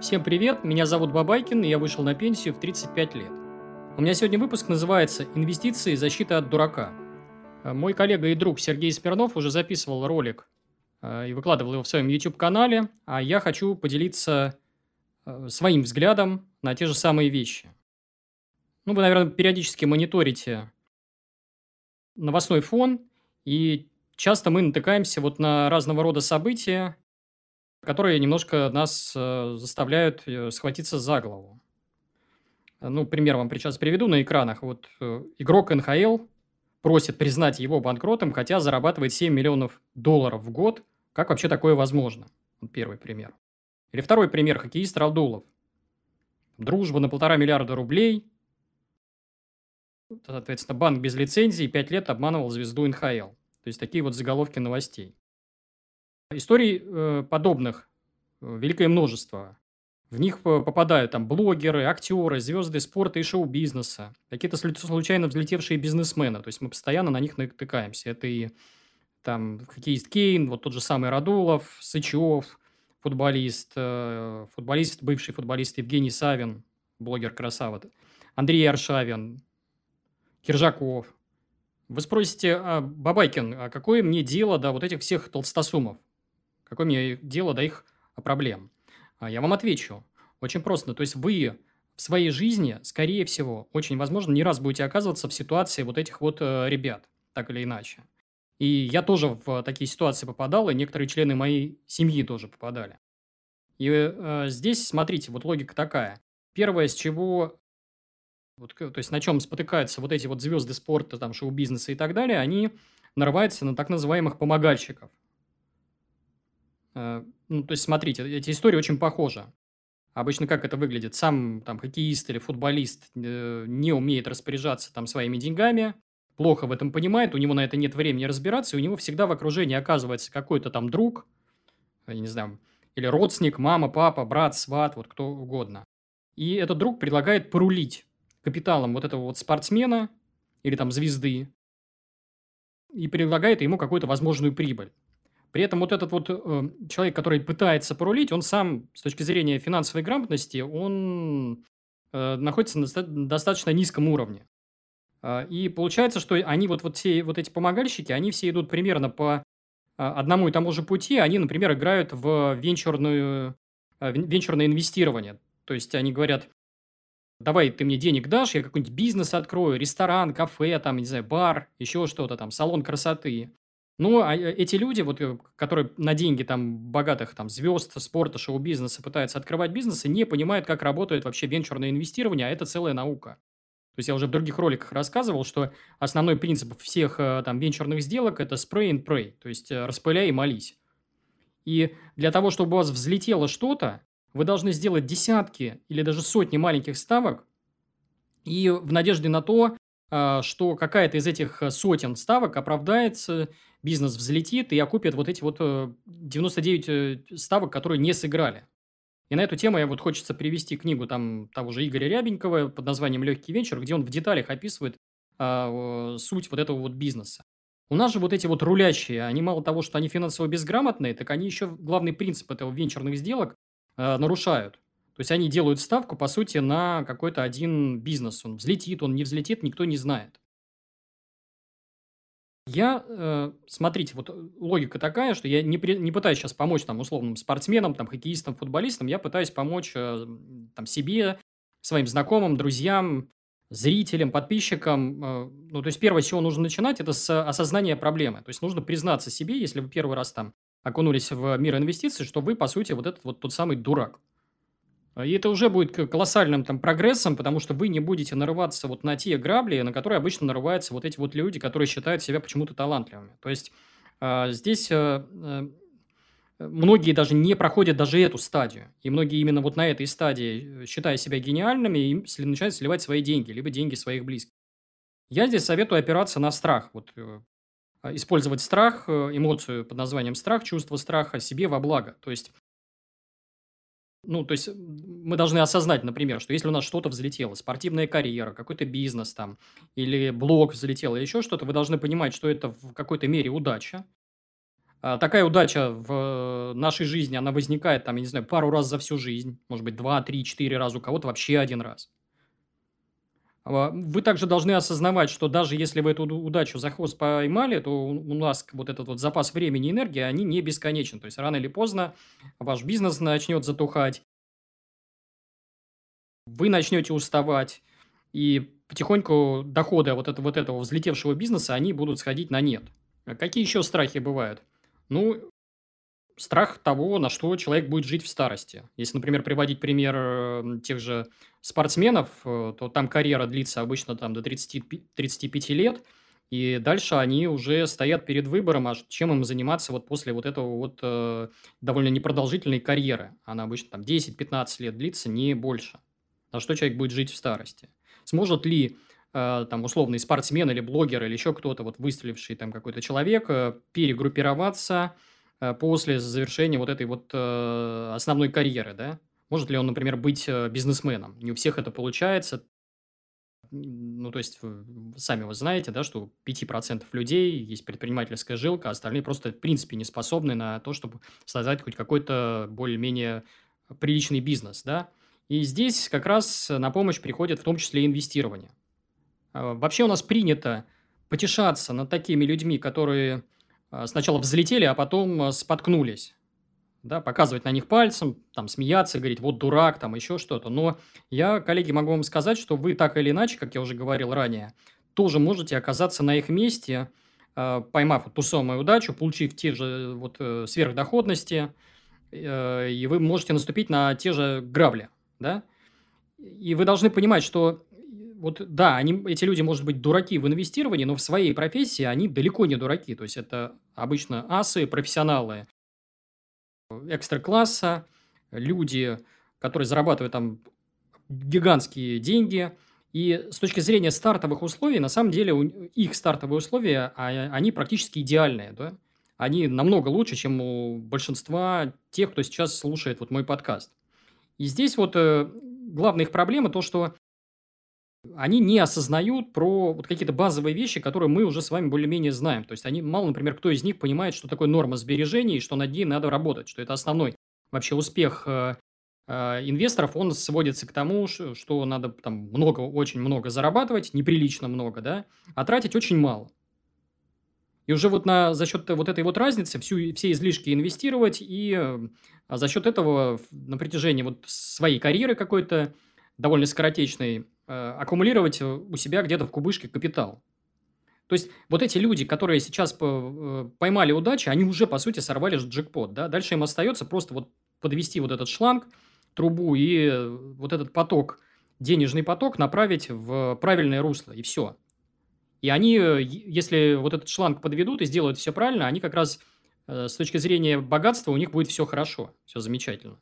Всем привет, меня зовут Бабайкин, и я вышел на пенсию в 35 лет. У меня сегодня выпуск называется «Инвестиции. Защита от дурака». Мой коллега и друг Сергей Смирнов уже записывал ролик и выкладывал его в своем YouTube-канале, а я хочу поделиться своим взглядом на те же самые вещи. Вы, наверное, периодически мониторите новостной фон, и часто мы натыкаемся вот на разного рода события, которые немножко нас заставляют схватиться за голову. Пример вам сейчас приведу на экранах. Игрок НХЛ просит признать его банкротом, хотя зарабатывает $7 миллионов в год. Как вообще такое возможно? Первый пример. Или второй пример. Хоккеист Радулов. Дружба на $1,5 миллиарда рублей. Соответственно, банк без лицензии 5 лет обманывал звезду НХЛ. То есть, такие вот заголовки новостей. Историй подобных великое множество. В них попадают там блогеры, актеры, звезды спорта и шоу-бизнеса, какие-то случайно взлетевшие бизнесмены. То есть, мы постоянно на них натыкаемся. Это и там хоккеист Кейн, вот тот же самый Радулов, Сычев, футболист, бывший футболист Евгений Савин, блогер-красава, Андрей Аршавин, Киржаков. Вы спросите: Бабайкин, а какое мне дело до вот этих всех толстосумов? Какое мне дело до их проблем? Я вам отвечу. Очень просто. То есть, вы в своей жизни, скорее всего, очень возможно, не раз будете оказываться в ситуации вот этих вот ребят, так или иначе. И я тоже в такие ситуации попадал, и некоторые члены моей семьи тоже попадали. И здесь, смотрите, вот логика такая. Первое, с чего, то есть, на чем спотыкаются вот эти вот звезды спорта, там, шоу-бизнеса и так далее, они нарываются на так называемых помогальщиков. То есть, смотрите, эти истории очень похожи. Обычно как это выглядит? Сам там хоккеист или футболист не умеет распоряжаться там своими деньгами, плохо в этом понимает, у него на это нет времени разбираться, и у него всегда в окружении оказывается какой-то там друг, я не знаю, или родственник, мама, папа, брат, сват, вот кто угодно. И этот друг предлагает порулить капиталом вот этого вот спортсмена или там звезды и предлагает ему какую-то возможную прибыль. При этом вот этот вот человек, который пытается порулить, он сам, с точки зрения финансовой грамотности, он находится на достаточно низком уровне. И получается, что они все вот эти помогальщики, они все идут примерно по одному и тому же пути. Они, например, играют в венчурное инвестирование. То есть, они говорят: давай ты мне денег дашь, я какой-нибудь бизнес открою, ресторан, кафе, там, не знаю, бар, еще что-то там, салон красоты. Эти люди, которые на деньги там богатых там звезд спорта, шоу-бизнеса пытаются открывать бизнесы, не понимают, как работает вообще венчурное инвестирование, а это целая наука. То есть, я уже в других роликах рассказывал, что основной принцип всех там венчурных сделок – это spray and pray, то есть, распыляй и молись. И для того, чтобы у вас взлетело что-то, вы должны сделать десятки или даже сотни маленьких ставок, и в надежде на то, что какая-то из этих сотен ставок оправдается, бизнес взлетит и окупит вот эти 99 ставок, которые не сыграли. И на эту тему хочется привести книгу того же Игоря Рябенького под названием «Легкий вечер», где он в деталях описывает суть вот этого вот бизнеса. У нас же вот эти вот рулящие, они мало того, что они финансово безграмотные, так они еще главный принцип этого венчурных сделок нарушают. То есть, они делают ставку, по сути, на какой-то один бизнес. Он взлетит, он не взлетит, никто не знает. Смотрите, логика такая, что я не пытаюсь сейчас помочь там условным спортсменам, там, хоккеистам, футболистам, я пытаюсь помочь там себе, своим знакомым, друзьям, зрителям, подписчикам. То есть, первое, с чего нужно начинать, это с осознания проблемы. То есть, нужно признаться себе, если вы первый раз там окунулись в мир инвестиций, что вы, по сути, вот этот вот тот самый дурак. И это уже будет колоссальным там прогрессом, потому что вы не будете нарываться вот на те грабли, на которые обычно нарываются вот эти вот люди, которые считают себя почему-то талантливыми. То есть, здесь многие даже не проходят даже эту стадию. И многие именно вот на этой стадии, считая себя гениальными, начинают сливать свои деньги, либо деньги своих близких. Я здесь советую опираться на страх. Использовать страх, эмоцию под названием страх, чувство страха себе во благо. То есть, мы должны осознать, например, что если у нас что-то взлетело, спортивная карьера, какой-то бизнес там, или блог взлетел, или еще что-то, вы должны понимать, что это в какой-то мере удача. Такая удача в нашей жизни, она возникает, там, я не знаю, пару раз за всю жизнь, может быть, 2, 3, 4 раза, у кого-то вообще один раз. Вы также должны осознавать, что даже если вы эту удачу за хвост поймали, то у нас вот этот вот запас времени и энергии, они не бесконечны. То есть, рано или поздно ваш бизнес начнет затухать, вы начнете уставать, и потихоньку доходы вот этого взлетевшего бизнеса, они будут сходить на нет. А какие еще страхи бывают? Ну, страх того, на что человек будет жить в старости. Если, например, приводить пример тех же спортсменов, то там карьера длится обычно там до 35 лет, и дальше они уже стоят перед выбором, а чем им заниматься вот после вот этого вот довольно непродолжительной карьеры. Она обычно там 10-15 лет длится, не больше. На что человек будет жить в старости? Сможет ли там условный спортсмен или блогер или еще кто-то, вот выстреливший там какой-то человек, перегруппироваться после завершения вот этой вот основной карьеры, да? Может ли он, например, быть бизнесменом? Не у всех это получается. Ну, то есть, сами вы знаете, да, что у 5% людей есть предпринимательская жилка, а остальные просто, в принципе, не способны на то, чтобы создать хоть какой-то более-менее приличный бизнес, да? И здесь как раз на помощь приходит в том числе инвестирование. Вообще у нас принято потешаться над такими людьми, которые сначала взлетели, а потом споткнулись. Да, показывать на них пальцем, там, смеяться, говорить, вот дурак, там, еще что-то. Но я, коллеги, могу вам сказать, что вы так или иначе, как я уже говорил ранее, тоже можете оказаться на их месте, поймав вот ту самую удачу, получив те же вот сверхдоходности, и вы можете наступить на те же грабли, да? И вы должны понимать, что вот да, эти люди, может быть, дураки в инвестировании, но в своей профессии они далеко не дураки. То есть, это обычно асы, профессионалы экстра-класса, люди, которые зарабатывают там гигантские деньги. И с точки зрения стартовых условий, на самом деле, их стартовые условия, они практически идеальные, да? Они намного лучше, чем у большинства тех, кто сейчас слушает вот мой подкаст. И здесь вот главная их проблема то, что они не осознают про вот какие-то базовые вещи, которые мы уже с вами более-менее знаем. То есть, они мало, например, кто из них понимает, что такое норма сбережений, и что над ней надо работать, что это основной вообще успех инвесторов, он сводится к тому, что надо там много, очень много зарабатывать, неприлично много, да, а тратить очень мало. И уже вот за счет вот этой вот разницы все излишки инвестировать и за счет этого на протяжении вот своей карьеры какой-то довольно скоротечной аккумулировать у себя где-то в кубышке капитал. То есть, вот эти люди, которые сейчас поймали удачу, они уже, по сути, сорвали джекпот, да? Дальше им остается просто вот подвести вот этот шланг, трубу и вот этот поток, денежный поток направить в правильное русло, и все. И они, если вот этот шланг подведут и сделают все правильно, они как раз с точки зрения богатства у них будет все хорошо, все замечательно.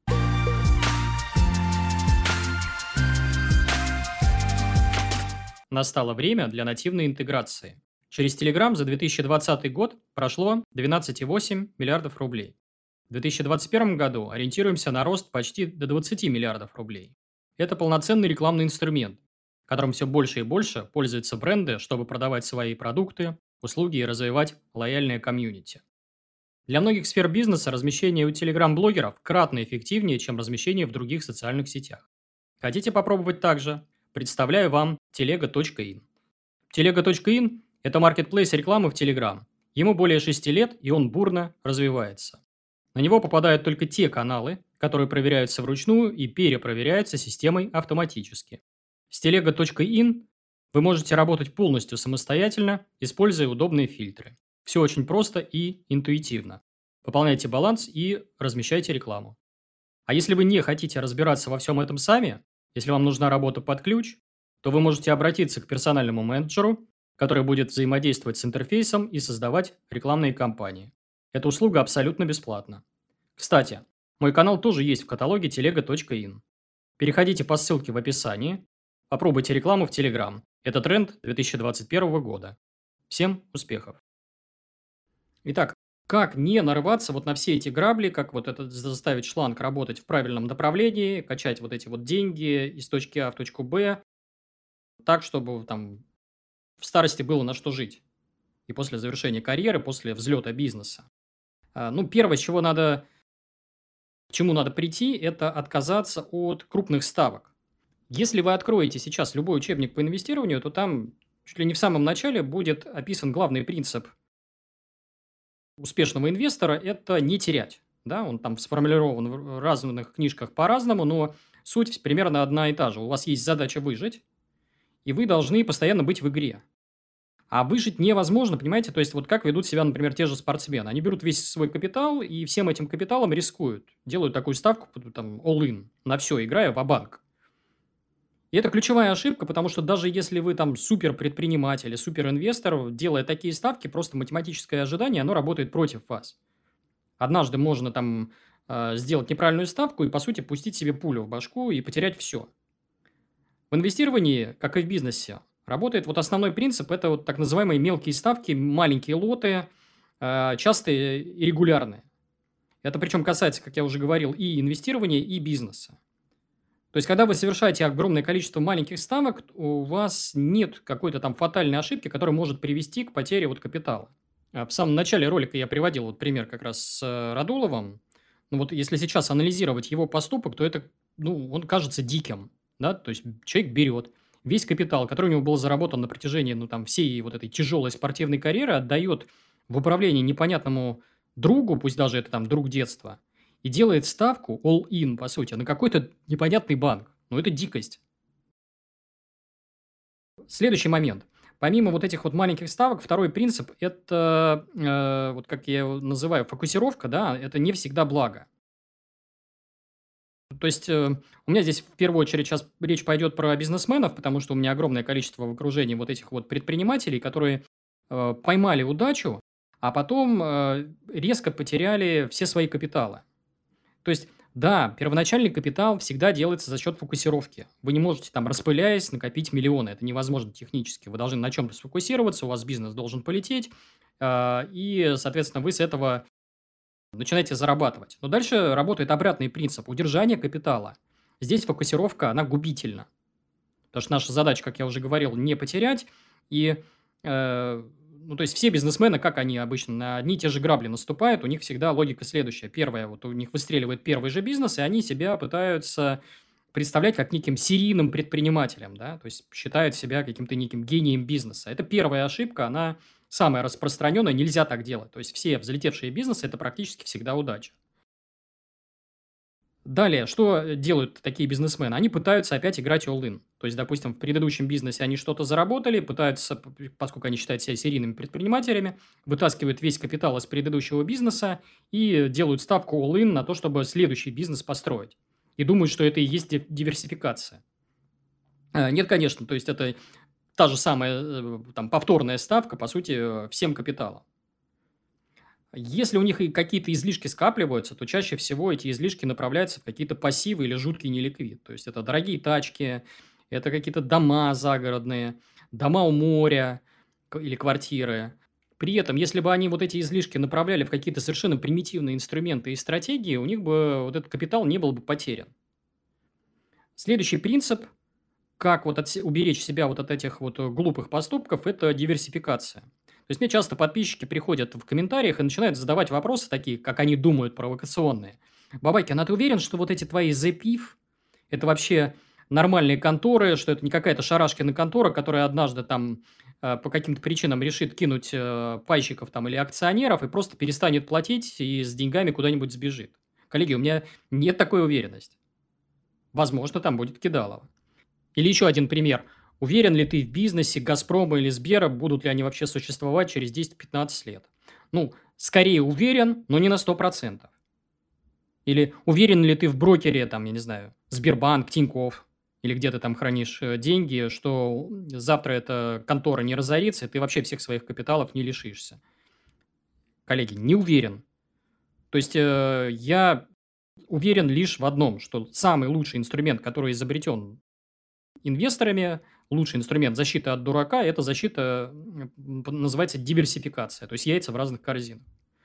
Настало время для нативной интеграции. Через Telegram за 2020 год прошло 12,8 миллиардов рублей. В 2021 году ориентируемся на рост почти до 20 миллиардов рублей. Это полноценный рекламный инструмент, которым все больше и больше пользуются бренды, чтобы продавать свои продукты, услуги и развивать лояльное комьюнити. Для многих сфер бизнеса размещение у Telegram-блогеров кратно эффективнее, чем размещение в других социальных сетях. Хотите попробовать также? Представляю вам Telega.in. Telega.in – это маркетплейс рекламы в Telegram. Ему более 6 лет, и он бурно развивается. На него попадают только те каналы, которые проверяются вручную и перепроверяются системой автоматически. С Telega.in вы можете работать полностью самостоятельно, используя удобные фильтры. Все очень просто и интуитивно. Пополняйте баланс и размещайте рекламу. А если вы не хотите разбираться во всем этом сами, если вам нужна работа под ключ, то вы можете обратиться к персональному менеджеру, который будет взаимодействовать с интерфейсом и создавать рекламные кампании. Эта услуга абсолютно бесплатна. Кстати, мой канал тоже есть в каталоге Telega.in. Переходите по ссылке в описании, попробуйте рекламу в Telegram. Это тренд 2021 года. Всем успехов! Итак, как не нарываться вот на все эти грабли, как вот это заставить шланг работать в правильном направлении, качать вот эти вот деньги из точки А в точку Б, так, чтобы там в старости было на что жить. И после завершения карьеры, после взлета бизнеса. Ну, первое, к чему надо прийти, это отказаться от крупных ставок. Если вы откроете сейчас любой учебник по инвестированию, то там чуть ли не в самом начале будет описан главный принцип успешного инвестора – это не терять. Да, он там сформулирован в разных книжках по-разному, но суть примерно одна и та же. У вас есть задача выжить, и вы должны постоянно быть в игре. А выжить невозможно, понимаете? То есть, вот как ведут себя, например, те же спортсмены. Они берут весь свой капитал и всем этим капиталом рискуют. Делают такую ставку, там, all-in, на все, играя ва-банк. И это ключевая ошибка, потому что даже если вы там суперпредприниматель или суперинвестор, делая такие ставки, просто математическое ожидание, оно работает против вас. Однажды можно там сделать неправильную ставку и, по сути, пустить себе пулю в башку и потерять все. В инвестировании, как и в бизнесе, работает вот основной принцип – это вот так называемые мелкие ставки, маленькие лоты, частые и регулярные. Это причем касается, как я уже говорил, и инвестирования, и бизнеса. То есть, когда вы совершаете огромное количество маленьких ставок, у вас нет какой-то там фатальной ошибки, которая может привести к потере вот капитала. В самом начале ролика я приводил вот пример как раз с Радуловым. Ну вот если сейчас анализировать его поступок, то это, ну, он кажется диким. Да? То есть, человек берет весь капитал, который у него был заработан на протяжении, ну, там, всей вот этой тяжелой спортивной карьеры, отдает в управление непонятному другу, пусть даже это там друг детства, и делает ставку all-in, по сути, на какой-то непонятный банк. Ну, это дикость. Следующий момент. Помимо вот этих вот маленьких ставок, второй принцип – это, вот как я его называю, фокусировка, да, это не всегда благо. То есть, у меня здесь в первую очередь сейчас речь пойдет про бизнесменов, потому что у меня огромное количество в окружении вот этих вот предпринимателей, которые поймали удачу, а потом резко потеряли все свои капиталы. То есть, да, первоначальный капитал всегда делается за счет фокусировки. Вы не можете там, распыляясь, накопить миллионы. Это невозможно технически. Вы должны на чем-то сфокусироваться, у вас бизнес должен полететь, и, соответственно, вы с этого начинаете зарабатывать. Но дальше работает обратный принцип удержания капитала. Здесь фокусировка, она губительна. Потому что наша задача, как я уже говорил, не потерять. И, ну, то есть, все бизнесмены, как они обычно, на одни и те же грабли наступают, у них всегда логика следующая. Первое, вот у них выстреливает первый же бизнес, и они себя пытаются представлять как неким серийным предпринимателем, да, то есть, считают себя каким-то неким гением бизнеса. Это первая ошибка, она самая распространенная, нельзя так делать. То есть, все взлетевшие бизнесы – это практически всегда удача. Далее, что делают такие бизнесмены? Они пытаются опять играть all-in. То есть, допустим, в предыдущем бизнесе они что-то заработали, пытаются, поскольку они считают себя серийными предпринимателями, вытаскивают весь капитал из предыдущего бизнеса и делают ставку all-in на то, чтобы следующий бизнес построить. И думают, что это и есть диверсификация. Нет, конечно, то есть, это та же самая там, повторная ставка, по сути, всем капиталом. Если у них и какие-то излишки скапливаются, то чаще всего эти излишки направляются в какие-то пассивы или жуткий неликвид. То есть, это дорогие тачки, это какие-то дома загородные, дома у моря или квартиры. При этом, если бы они вот эти излишки направляли в какие-то совершенно примитивные инструменты и стратегии, у них бы вот этот капитал не был бы потерян. Следующий принцип, как вот уберечь себя вот от этих вот глупых поступков, это диверсификация. То есть, мне часто подписчики приходят в комментариях и начинают задавать вопросы такие, как они думают, провокационные. Бабайкин, а ты уверен, что вот эти твои ZPIF – это вообще нормальные конторы, что это не какая-то шарашкина контора, которая однажды там по каким-то причинам решит кинуть пайщиков там или акционеров и просто перестанет платить и с деньгами куда-нибудь сбежит? Коллеги, у меня нет такой уверенности. Возможно, там будет кидалово. Или еще один пример. Уверен ли ты в бизнесе «Газпрома» или «Сбера», будут ли они вообще существовать через 10-15 лет? Ну, скорее уверен, но не на 100%. Или уверен ли ты в брокере, там, я не знаю, Сбербанк, Тинькофф, или где ты там хранишь деньги, что завтра эта контора не разорится, и ты вообще всех своих капиталов не лишишься? Коллеги, не уверен. То есть, я уверен лишь в одном, что самый лучший инструмент, который изобретен инвесторами, лучший инструмент защиты от дурака – это защита, называется диверсификация, то есть яйца в разных корзинах.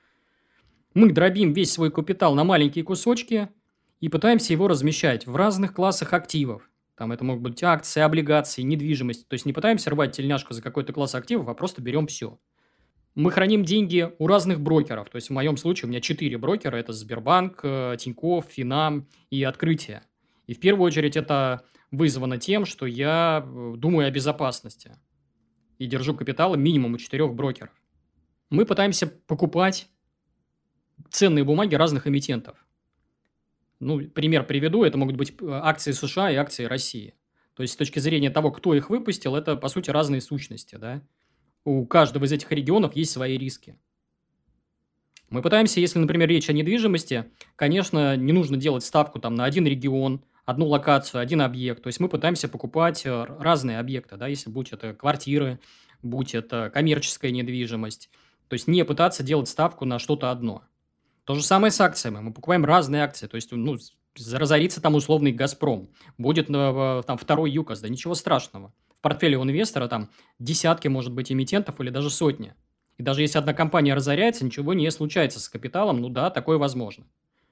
Мы дробим весь свой капитал на маленькие кусочки и пытаемся его размещать в разных классах активов. Там это могут быть акции, облигации, недвижимость. То есть, не пытаемся рвать тельняшку за какой-то класс активов, а просто берем все. Мы храним деньги у разных брокеров. То есть в моем случае у меня 4 брокера. Это Сбербанк, Тинькофф, Финам и Открытие. И в первую очередь это вызвано тем, что я думаю о безопасности и держу капитал минимум у 4 брокеров. Мы пытаемся покупать ценные бумаги разных эмитентов. Ну, пример приведу. Это могут быть акции США и акции России. То есть с точки зрения того, кто их выпустил, это, по сути, разные сущности, да. У каждого из этих регионов есть свои риски. Мы пытаемся, если, например, речь о недвижимости, конечно, не нужно делать ставку там на один регион, одну локацию, один объект. То есть мы пытаемся покупать разные объекты, да, если будь это квартиры, будь это коммерческая недвижимость. То есть не пытаться делать ставку на что-то одно. То же самое с акциями. Мы покупаем разные акции. То есть, ну, разорится там условный «Газпром», будет там второй ЮКОС, да ничего страшного. В портфеле у инвестора там десятки, может быть, эмитентов или даже сотни. И даже если одна компания разоряется, ничего не случается с капиталом, ну да, такое возможно.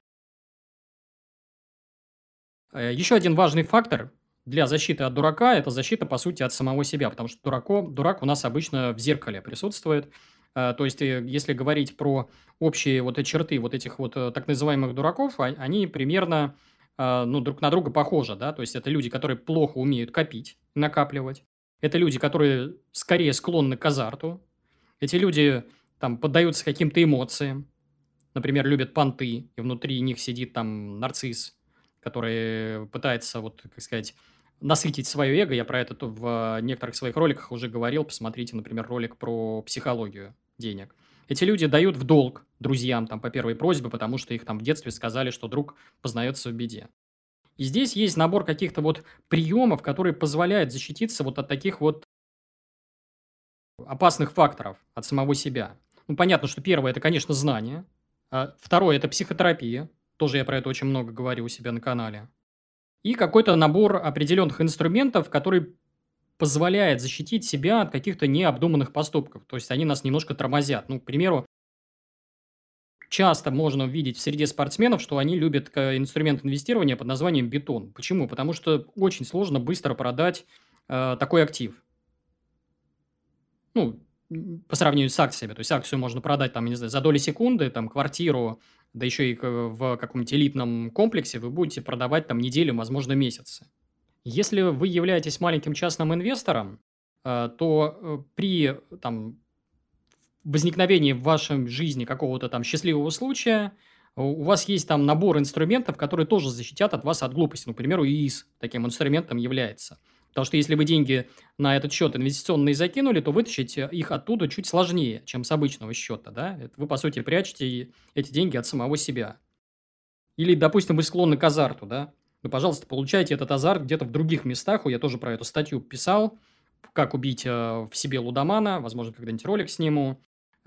Еще один важный фактор для защиты от дурака – это защита, по сути, от самого себя, потому что дурак у нас обычно в зеркале присутствует. То есть, если говорить про общие вот эти черты вот этих вот так называемых дураков, они примерно ну, друг на друга похожи, да, то есть это люди, которые плохо умеют копить, накапливать, это люди, которые скорее склонны к азарту, эти люди там поддаются каким-то эмоциям, например, любят понты, и внутри них сидит там нарцисс, который пытается, вот, как сказать, насытить свое эго. Я про это в некоторых своих роликах уже говорил. Посмотрите, например, ролик про психологию денег. Эти люди дают в долг друзьям там по первой просьбе, потому что их там в детстве сказали, что друг познается в беде. И здесь есть набор каких-то вот приемов, которые позволяют защититься вот от таких вот опасных факторов от самого себя. Ну, понятно, что первое – это, конечно, знание. Второе – это психотерапия. Тоже я про это очень много говорю у себя на канале. И какой-то набор определенных инструментов, который позволяет защитить себя от каких-то необдуманных поступков. То есть они нас немножко тормозят. Ну, к примеру, часто можно увидеть в среде спортсменов, что они любят инструмент инвестирования под названием бетон. Почему? Потому что очень сложно быстро продать такой актив. Ну, по сравнению с акциями. То есть акцию можно продать там, не знаю, за доли секунды, там квартиру, да еще и в каком-нибудь элитном комплексе вы будете продавать там неделю, возможно, месяцы. Если вы являетесь маленьким частным инвестором, то при там, возникновении в вашей жизни какого-то там счастливого случая у вас есть там набор инструментов, которые тоже защитят от вас от глупости. Ну, к примеру, ИИС таким инструментом является. Потому что если вы деньги на этот счет инвестиционные закинули, то вытащить их оттуда чуть сложнее, чем с обычного счета. Да? Вы, по сути, прячете эти деньги от самого себя. Или, допустим, вы склонны к азарту. Да? Вы, пожалуйста, получаете этот азарт где-то в других местах. Я тоже про эту статью писал. Как убить в себе лудомана. Возможно, когда-нибудь ролик сниму.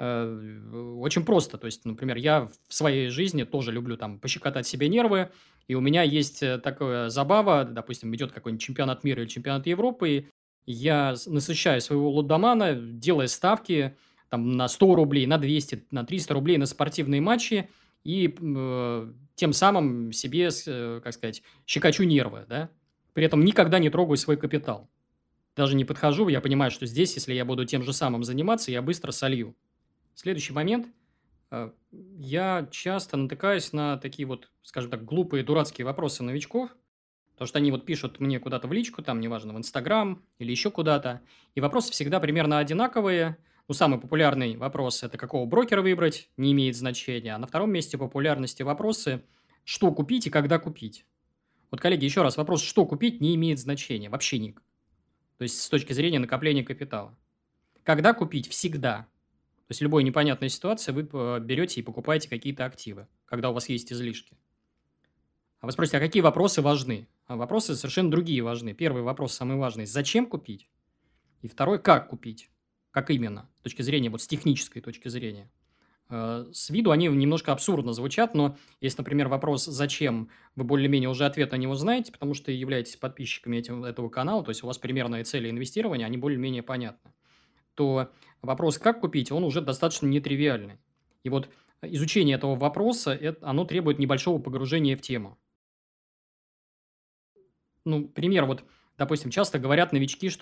Очень просто. То есть, например, я в своей жизни тоже люблю там пощекотать себе нервы. И у меня есть такая забава, допустим, идет какой-нибудь чемпионат мира или чемпионат Европы, я насыщаю своего лудомана, делая ставки там, на 100 рублей, на 200, на 300 рублей на спортивные матчи, и тем самым себе, как сказать, щекочу нервы, да? При этом никогда не трогаю свой капитал. Даже не подхожу, я понимаю, что здесь, если я буду тем же самым заниматься, я быстро солью. Следующий момент. Я часто натыкаюсь на такие вот, скажем так, глупые, дурацкие вопросы новичков, потому что они вот пишут мне куда-то в личку, там, неважно, в Инстаграм или еще куда-то, и вопросы всегда примерно одинаковые. Ну, самый популярный вопрос – это какого брокера выбрать, не имеет значения. А на втором месте популярности вопросы – что купить и когда купить. Вот, коллеги, еще раз, вопрос «что купить» не имеет значения, вообще никак. То есть, с точки зрения накопления капитала. Когда купить? Всегда. То есть, в любой непонятной ситуации вы берете и покупаете какие-то активы, когда у вас есть излишки. А вы спросите, а какие вопросы важны? А вопросы совершенно другие важны. Первый вопрос самый важный – зачем купить? И второй – как купить? Как именно? С точки зрения, вот с технической точки зрения. С виду они немножко абсурдно звучат, но если, например, вопрос «зачем?», вы более-менее уже ответ на него знаете, потому что являетесь подписчиками этого канала, то есть у вас примерные цели инвестирования, они более-менее понятны, то вопрос «как купить?», он уже достаточно нетривиальный. И вот изучение этого вопроса, оно требует небольшого погружения в тему. Ну, пример, вот, допустим, часто говорят новички, что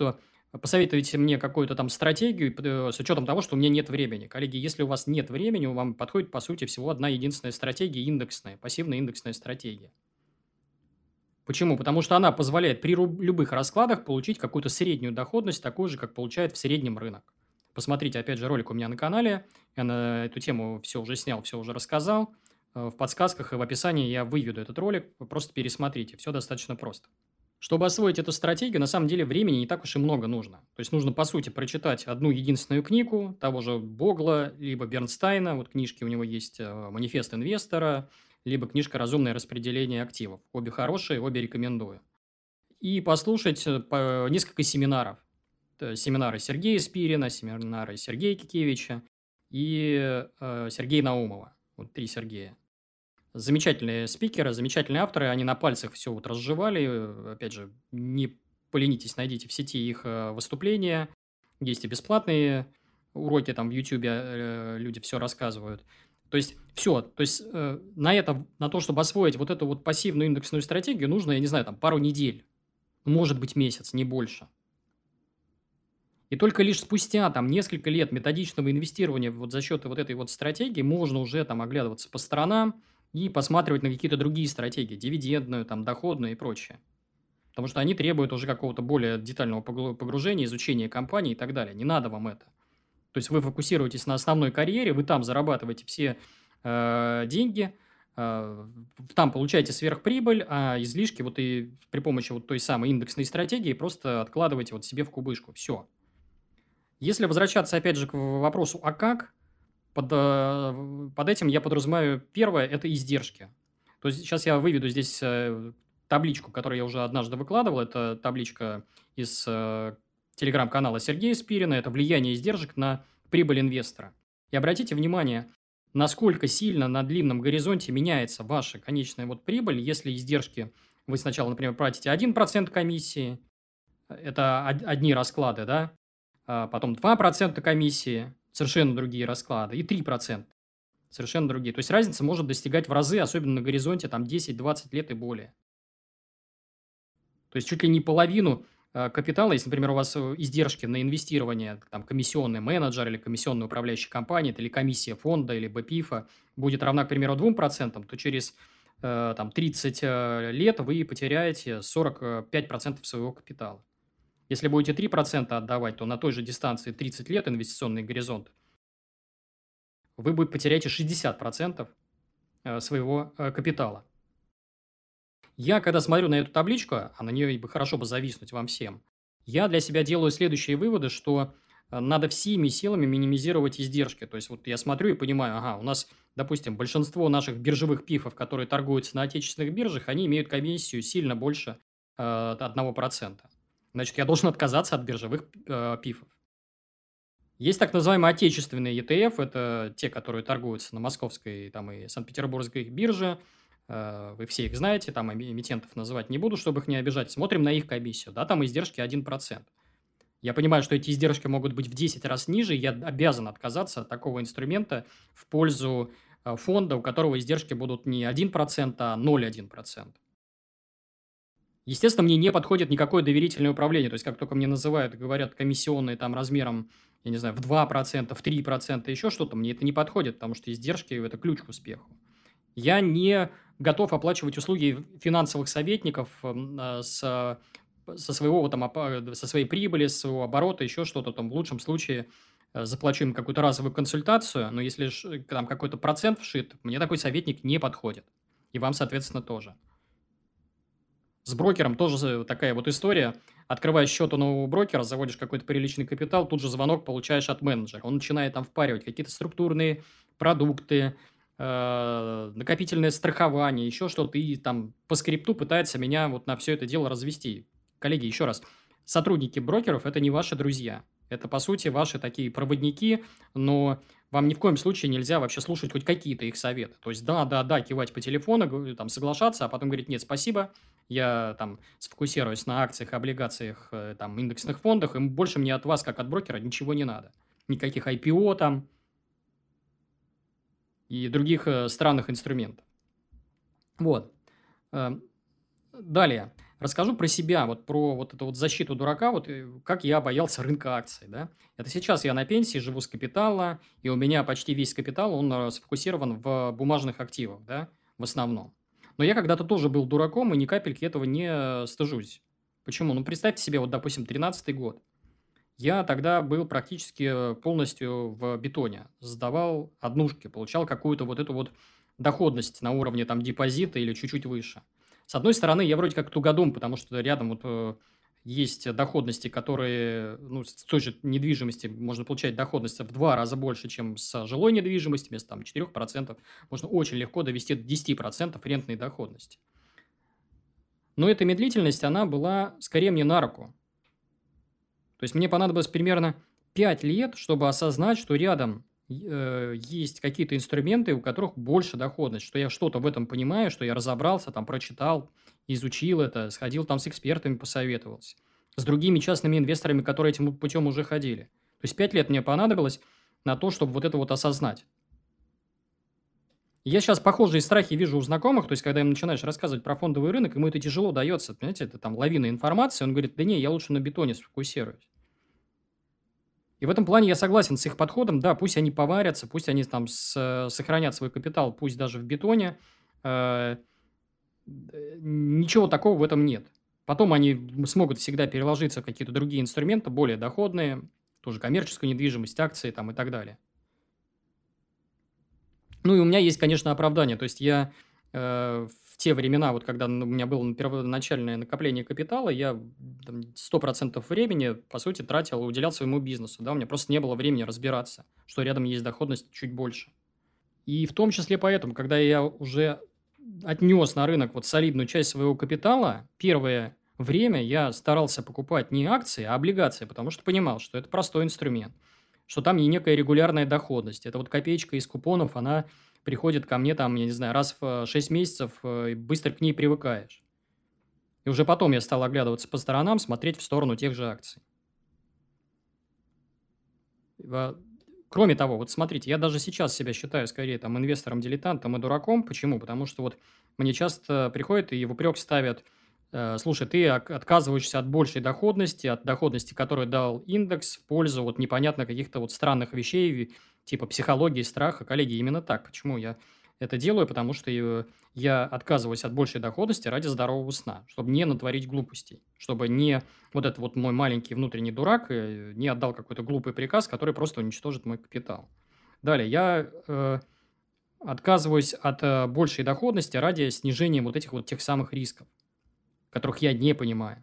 Посоветуйте мне какую-то там стратегию с учетом того, что у меня нет времени. Коллеги, если у вас нет времени, вам подходит, по сути, всего одна единственная стратегия индексная, пассивная индексная стратегия. Почему? Потому что она позволяет при любых раскладах получить какую-то среднюю доходность, такую же, как получает в среднем рынок. Посмотрите, опять же, ролик у меня на канале. Я на эту тему все уже снял, все уже рассказал. В подсказках и в описании я выведу этот ролик. Вы просто пересмотрите. Все достаточно просто. Чтобы освоить эту стратегию, на самом деле времени не так уж и много нужно. То есть нужно, по сути, прочитать одну единственную книгу того же Богла, либо Бернстайна. Вот книжки у него есть «Манифест инвестора», либо книжка «Разумное распределение активов». Обе хорошие, обе рекомендую. И послушать несколько семинаров. Семинары Сергея Спирина, семинары Сергея Кикевича и Сергея Наумова. Вот 3 Сергея. Замечательные спикеры, замечательные авторы. Они на пальцах все вот разжевали. Опять же, не поленитесь, найдите в сети их выступления. Есть и бесплатные уроки, там в Ютубе люди все рассказывают. То есть, все. То есть, на то, чтобы освоить вот эту вот пассивную индексную стратегию, нужно, я не знаю, там пару недель. Может быть, месяц, не больше. И только лишь спустя там несколько лет методичного инвестирования вот за счет вот этой вот стратегии можно уже там оглядываться по сторонам и посматривать на какие-то другие стратегии, дивидендную, там, доходную и прочее. Потому что они требуют уже какого-то более детального погружения, изучения компании и так далее. Не надо вам это. То есть вы фокусируетесь на основной карьере, вы там зарабатываете все деньги, там получаете сверхприбыль, а излишки вот и при помощи вот той самой индексной стратегии просто откладываете вот себе в кубышку. Все. Если возвращаться, опять же, к вопросу «а как?», под этим я подразумеваю первое – это издержки. То есть сейчас я выведу здесь табличку, которую я уже однажды выкладывал. Это табличка из телеграм-канала Сергея Спирина. Это влияние издержек на прибыль инвестора. И обратите внимание, насколько сильно на длинном горизонте меняется ваша конечная вот прибыль, если издержки вы сначала, например, платите 1% комиссии, это одни расклады, да, потом 2% комиссии, совершенно другие расклады, и 3%, совершенно другие. То есть разница может достигать в разы, особенно на горизонте там 10-20 лет и более. То есть чуть ли не половину капитала, если, например, у вас издержки на инвестирование, там, комиссионный менеджер или комиссионная управляющая компания, или комиссия фонда, или БПИФа будет равна, к примеру, 2%, то через там, 30 лет вы потеряете 45% своего капитала. Если будете 3% отдавать, то на той же дистанции 30 лет инвестиционный горизонт вы потеряете 60% своего капитала. Я, когда смотрю на эту табличку, а на нее бы хорошо бы зависнуть вам всем, я для себя делаю следующие выводы, что надо всеми силами минимизировать издержки. То есть вот я смотрю и понимаю, ага, у нас, допустим, большинство наших биржевых пифов, которые торгуются на отечественных биржах, они имеют комиссию сильно больше 1%. Значит, я должен отказаться от биржевых пифов. Есть так называемые отечественные ETF, это те, которые торгуются на московской там, и Санкт-Петербургской бирже. Вы все их знаете, там эмитентов называть не буду, чтобы их не обижать. Смотрим на их комиссию, да, там издержки 1%. Я понимаю, что эти издержки могут быть в 10 раз ниже, и я обязан отказаться от такого инструмента в пользу фонда, у которого издержки будут не 1%, а 0,1%. Естественно, мне не подходит никакое доверительное управление. То есть, как только мне называют, говорят, комиссионные там размером, я не знаю, в 2%, в 3%, еще что-то, мне это не подходит, потому что издержки – это ключ к успеху. Я не готов оплачивать услуги финансовых советников со своего там, со своей прибыли, с своего оборота, еще что-то там. В лучшем случае заплачу им какую-то разовую консультацию, но если там какой-то процент вшит, мне такой советник не подходит. И вам, соответственно, тоже. С брокером тоже такая вот история. Открываешь счет у нового брокера, заводишь какой-то приличный капитал, тут же звонок получаешь от менеджера. Он начинает там впаривать какие-то структурные продукты, накопительное страхование, еще что-то, и там по скрипту пытается меня вот на все это дело развести. Коллеги, еще раз, сотрудники брокеров – это не ваши друзья. Это, по сути, ваши такие проводники, но вам ни в коем случае нельзя вообще слушать хоть какие-то их советы. То есть, да, кивать по телефону, там, соглашаться, а потом говорить, нет, спасибо, я там сфокусируюсь на акциях, облигациях, там, индексных фондах, и больше мне от вас, как от брокера, ничего не надо. Никаких IPO там и других странных инструментов. Вот. Далее. Расскажу про себя, вот про вот эту вот защиту дурака, вот как я боялся рынка акций, да. Это сейчас я на пенсии, живу с капитала, и у меня почти весь капитал, он сфокусирован в бумажных активах, да, в основном. Но я когда-то тоже был дураком, и ни капельки этого не стыжусь. Почему? Ну, представьте себе, вот, допустим, 13-й год. Я тогда был практически полностью в бетоне. Сдавал однушки, получал какую-то вот эту вот доходность на уровне там депозита или чуть-чуть выше. С одной стороны, я вроде как тугодум, потому что рядом вот есть доходности, которые, ну, с той же недвижимости можно получать доходность в 2 раза больше, чем с жилой недвижимости, вместо там 4%. Можно очень легко довести до 10% рентной доходности. Но эта медлительность, она была скорее мне на руку. То есть мне понадобилось примерно 5 лет, чтобы осознать, что рядом есть какие-то инструменты, у которых больше доходность, что я что-то в этом понимаю, что я разобрался, там прочитал, изучил это, сходил там с экспертами, посоветовался, с другими частными инвесторами, которые этим путем уже ходили. То есть 5 лет мне понадобилось на то, чтобы вот это вот осознать. Я сейчас похожие страхи вижу у знакомых, то есть когда им начинаешь рассказывать про фондовый рынок, ему это тяжело дается, понимаете, это там лавина информации, он говорит, да не, я лучше на бетоне сфокусируюсь. И в этом плане я согласен с их подходом. Да, пусть они поварятся, пусть они там сохранят свой капитал, пусть даже в бетоне. Э, Ничего такого в этом нет. Потом они смогут всегда переложиться в какие-то другие инструменты, более доходные, тоже коммерческую недвижимость, акции там и так далее. Ну и у меня есть, конечно, оправдание. То есть я в те времена, вот когда у меня было первоначальное накопление капитала, я там, 100% времени, по сути, тратил, уделял своему бизнесу. Да? У меня просто не было времени разбираться, что рядом есть доходность чуть больше. И в том числе поэтому, когда я уже отнес на рынок вот солидную часть своего капитала, первое время я старался покупать не акции, а облигации, потому что понимал, что это простой инструмент, что там и некая регулярная доходность. Это вот копеечка из купонов, она приходит ко мне там, я не знаю, раз в 6 месяцев, и быстро к ней привыкаешь. И уже потом я стал оглядываться по сторонам, смотреть в сторону тех же акций. Кроме того, вот смотрите, я даже сейчас себя считаю скорее там инвестором-дилетантом и дураком. Почему? Потому что вот мне часто приходят и в упрек ставят, слушай, ты отказываешься от большей доходности, от доходности, которую дал индекс, в пользу вот непонятно каких-то вот странных вещей, типа психологии, страха. Коллеги, именно так. Почему я это делаю? Потому что я отказываюсь от большей доходности ради здорового сна, чтобы не натворить глупостей, чтобы не вот этот вот мой маленький внутренний дурак не отдал какой-то глупый приказ, который просто уничтожит мой капитал. Далее, я отказываюсь от большей доходности ради снижения вот этих вот тех самых рисков, которых я не понимаю.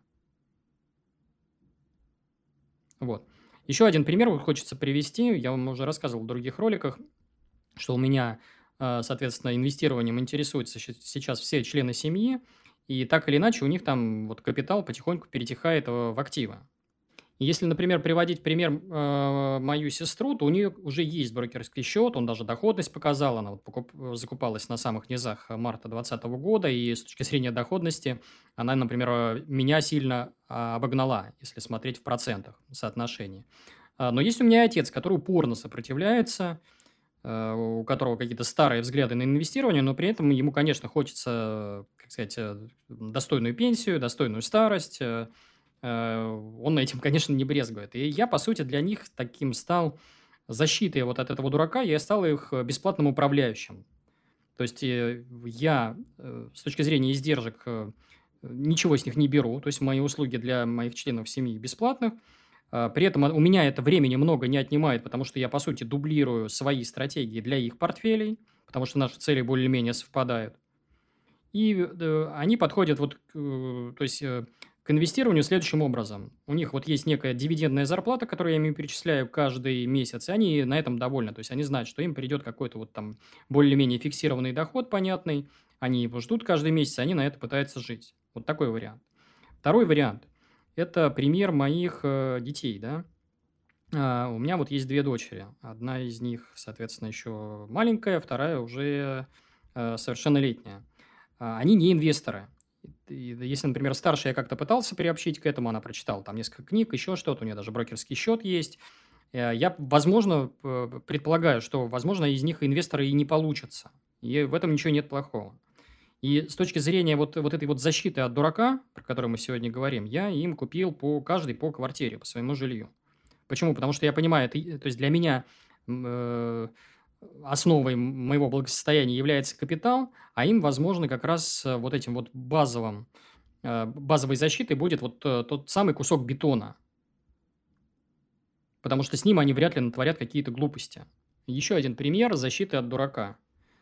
Вот. Еще один пример вот хочется привести. Я вам уже рассказывал в других роликах, что у меня, соответственно, инвестированием интересуются сейчас все члены семьи, и так или иначе у них там вот капитал потихоньку перетекает в активы. И если, например, приводить пример мою сестру, то у нее уже есть брокерский счет, он даже доходность показал, она вот закупалась на самых низах марта 2020 года, и с точки зрения доходности она, например, меня сильно обогнала, если смотреть в процентах соотношении. Но есть у меня отец, который упорно сопротивляется, у которого какие-то старые взгляды на инвестирование, но при этом ему, конечно, хочется, как сказать, достойную пенсию, достойную старость. Он этим, конечно, не брезгует. И я, по сути, для них таким стал защитой вот от этого дурака, я стал их бесплатным управляющим. То есть я с точки зрения издержек ничего с них не беру, то есть мои услуги для моих членов семьи бесплатных. При этом у меня это времени много не отнимает, потому что я, по сути, дублирую свои стратегии для их портфелей, потому что наши цели более-менее совпадают. И они подходят вот, то есть, к инвестированию следующим образом. У них вот есть некая дивидендная зарплата, которую я им перечисляю каждый месяц, и они на этом довольны. То есть, они знают, что им придет какой-то вот там более-менее фиксированный доход понятный, они его ждут каждый месяц, они на это пытаются жить. Вот такой вариант. Второй вариант – это пример моих детей, да. У меня вот есть 2 дочери. Одна из них, соответственно, еще маленькая, вторая уже совершеннолетняя. Они не инвесторы. И если, например, старшая я как-то пытался приобщить к этому, она прочитала там несколько книг, еще что-то, у нее даже брокерский счет есть. Я, возможно, предполагаю, что, возможно, из них инвесторы и не получатся. И в этом ничего нет плохого. И с точки зрения вот этой вот защиты от дурака, про которую мы сегодня говорим, я им купил каждый по квартире, по своему жилью. Почему? Потому что я понимаю, то есть для меня основой моего благосостояния является капитал, а им, возможно, как раз вот этим вот базовой защитой будет вот тот самый кусок бетона, потому что с ним они вряд ли натворят какие-то глупости. Еще один пример защиты от дурака.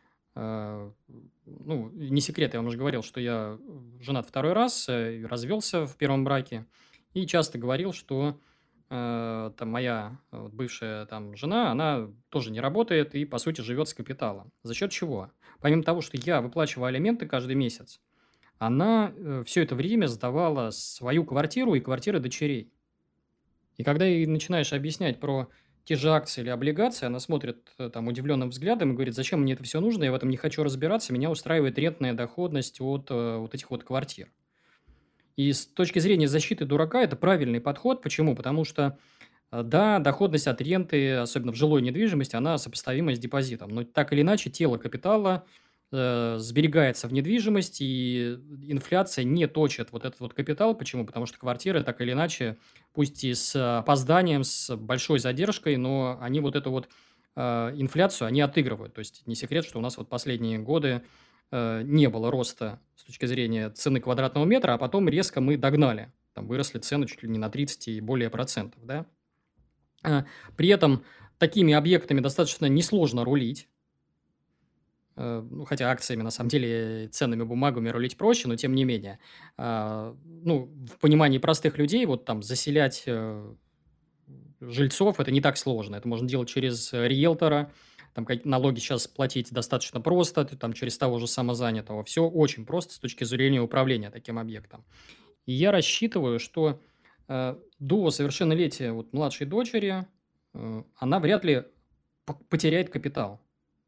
Ну, не секрет, я вам уже говорил, что я женат второй раз, развелся в первом браке, и часто говорил, что там моя бывшая там жена, она тоже не работает и, по сути, живет с капитала. За счет чего? Помимо того, что я выплачиваю алименты каждый месяц, она все это время сдавала свою квартиру и квартиры дочерей. И когда ей начинаешь объяснять про те же акции или облигации, она смотрит там удивленным взглядом и говорит, зачем мне это все нужно, я в этом не хочу разбираться, меня устраивает рентная доходность от вот этих вот квартир. И с точки зрения защиты дурака это правильный подход. Почему? Потому что, да, доходность от ренты, особенно в жилой недвижимости, она сопоставима с депозитом. Но так или иначе, тело капитала сберегается в недвижимости, и инфляция не точит вот этот вот капитал. Почему? Потому что квартиры так или иначе, пусть и с опозданием, с большой задержкой, но они вот эту вот инфляцию, они отыгрывают. То есть не секрет, что у нас вот последние годы не было роста с точки зрения цены квадратного метра, а потом резко мы догнали. Там выросли цены чуть ли не на 30 и более процентов, да. При этом такими объектами достаточно несложно рулить. Ну, хотя акциями, на самом деле, ценными бумагами рулить проще, но тем не менее. Ну, в понимании простых людей, вот там заселять жильцов, это не так сложно. Это можно делать через риэлтора, там налоги сейчас платить достаточно просто, там через того же самозанятого. Все очень просто с точки зрения управления таким объектом. И я рассчитываю, что до совершеннолетия вот младшей дочери она вряд ли потеряет капитал.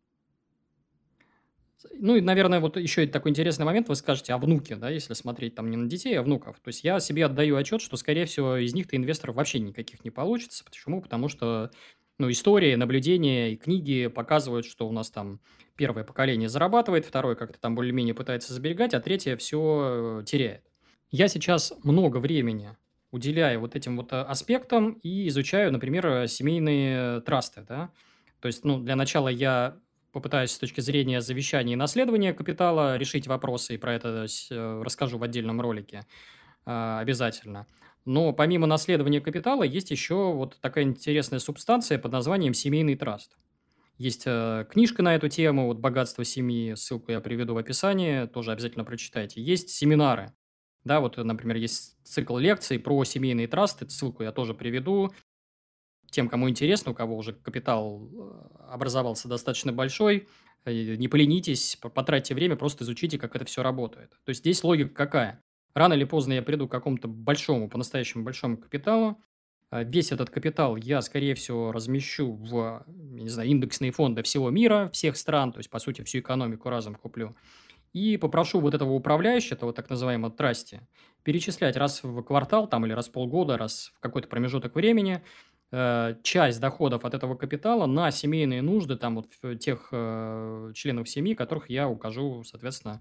Ну и, наверное, вот еще и такой интересный момент, вы скажете о внуке, да, если смотреть там не на детей, а внуков. То есть я себе отдаю отчет, что, скорее всего, из них-то инвесторов вообще никаких не получится. Почему? Потому что, ну, истории, наблюдения и книги показывают, что у нас там первое поколение зарабатывает, второе как-то там более-менее пытается сберегать, а третье все теряет. Я сейчас много времени уделяю вот этим вот аспектам и изучаю, например, семейные трасты, да. То есть, ну, для начала я попытаюсь с точки зрения завещания и наследования капитала решить вопросы, и про это расскажу в отдельном ролике обязательно. Но помимо наследования капитала есть еще вот такая интересная субстанция под названием семейный траст. Есть книжка на эту тему, вот «Богатство семьи», ссылку я приведу в описании, тоже обязательно прочитайте. Есть семинары, да, вот, например, есть цикл лекций про семейные трасты, ссылку я тоже приведу. Тем, кому интересно, у кого уже капитал образовался достаточно большой, не поленитесь, потратьте время, просто изучите, как это все работает. То есть здесь логика какая? Рано или поздно я приду к какому-то большому, по-настоящему большому капиталу. Весь этот капитал я, скорее всего, размещу в, я не знаю, индексные фонды всего мира, всех стран, то есть, по сути, всю экономику разом куплю. И попрошу вот этого управляющего, этого так называемого трасти, перечислять раз в квартал там, или раз в полгода, раз в какой-то промежуток времени часть доходов от этого капитала на семейные нужды там вот тех членов семьи, которых я укажу, соответственно,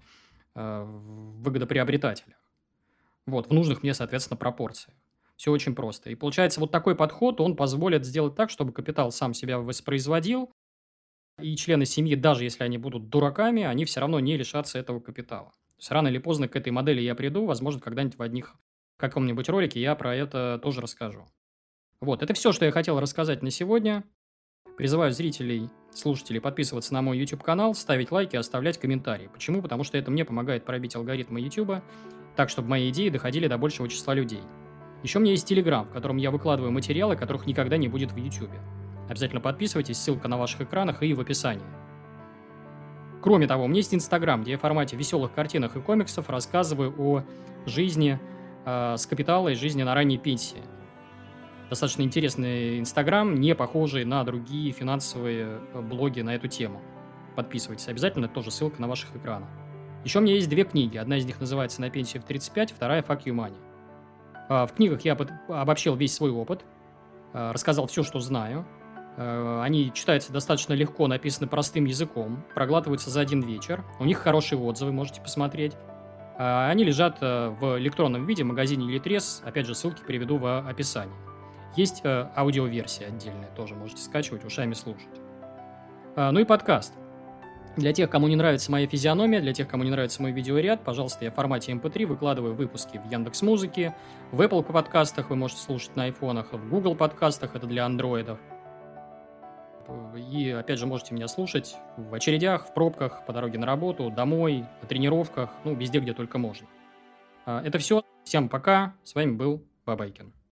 в выгодоприобретателях. Вот, в нужных мне, соответственно, пропорциях. Все очень просто. И получается, вот такой подход, он позволит сделать так, чтобы капитал сам себя воспроизводил, и члены семьи, даже если они будут дураками, они все равно не лишатся этого капитала. То есть рано или поздно к этой модели я приду, возможно, когда-нибудь в каком-нибудь ролике я про это тоже расскажу. Вот, это все, что я хотел рассказать на сегодня. Призываю зрителей, слушателей подписываться на мой YouTube-канал, ставить лайки, оставлять комментарии. Почему? Потому что это мне помогает пробить алгоритмы YouTube, так, чтобы мои идеи доходили до большего числа людей. Еще у меня есть Telegram, в котором я выкладываю материалы, которых никогда не будет в YouTube. Обязательно подписывайтесь, ссылка на ваших экранах и в описании. Кроме того, у меня есть Instagram, где я в формате веселых картинок и комиксов рассказываю о жизни с капитала и жизни на ранней пенсии. Достаточно интересный Инстаграм, не похожий на другие финансовые блоги на эту тему. Подписывайтесь обязательно, это тоже ссылка на ваших экранах. Еще у меня есть 2 книги. Одна из них называется «На пенсию в 35», вторая «Fuck you money». В книгах я обобщил весь свой опыт, рассказал все, что знаю. Они читаются достаточно легко, написаны простым языком, проглатываются за один вечер. У них хорошие отзывы, можете посмотреть. Они лежат в электронном виде в магазине Литрес. Опять же, ссылки приведу в описании. Есть аудиоверсия отдельная, тоже можете скачивать, ушами слушать. Ну и подкаст. Для тех, кому не нравится моя физиономия, для тех, кому не нравится мой видеоряд, пожалуйста, я в формате MP3 выкладываю выпуски в Яндекс.Музыке, в Apple подкастах вы можете слушать на айфонах, в Google подкастах, это для андроидов. И, опять же, можете меня слушать в очередях, в пробках, по дороге на работу, домой, на тренировках, ну, везде, где только можно. Это все. Всем пока. С вами был Бабайкин.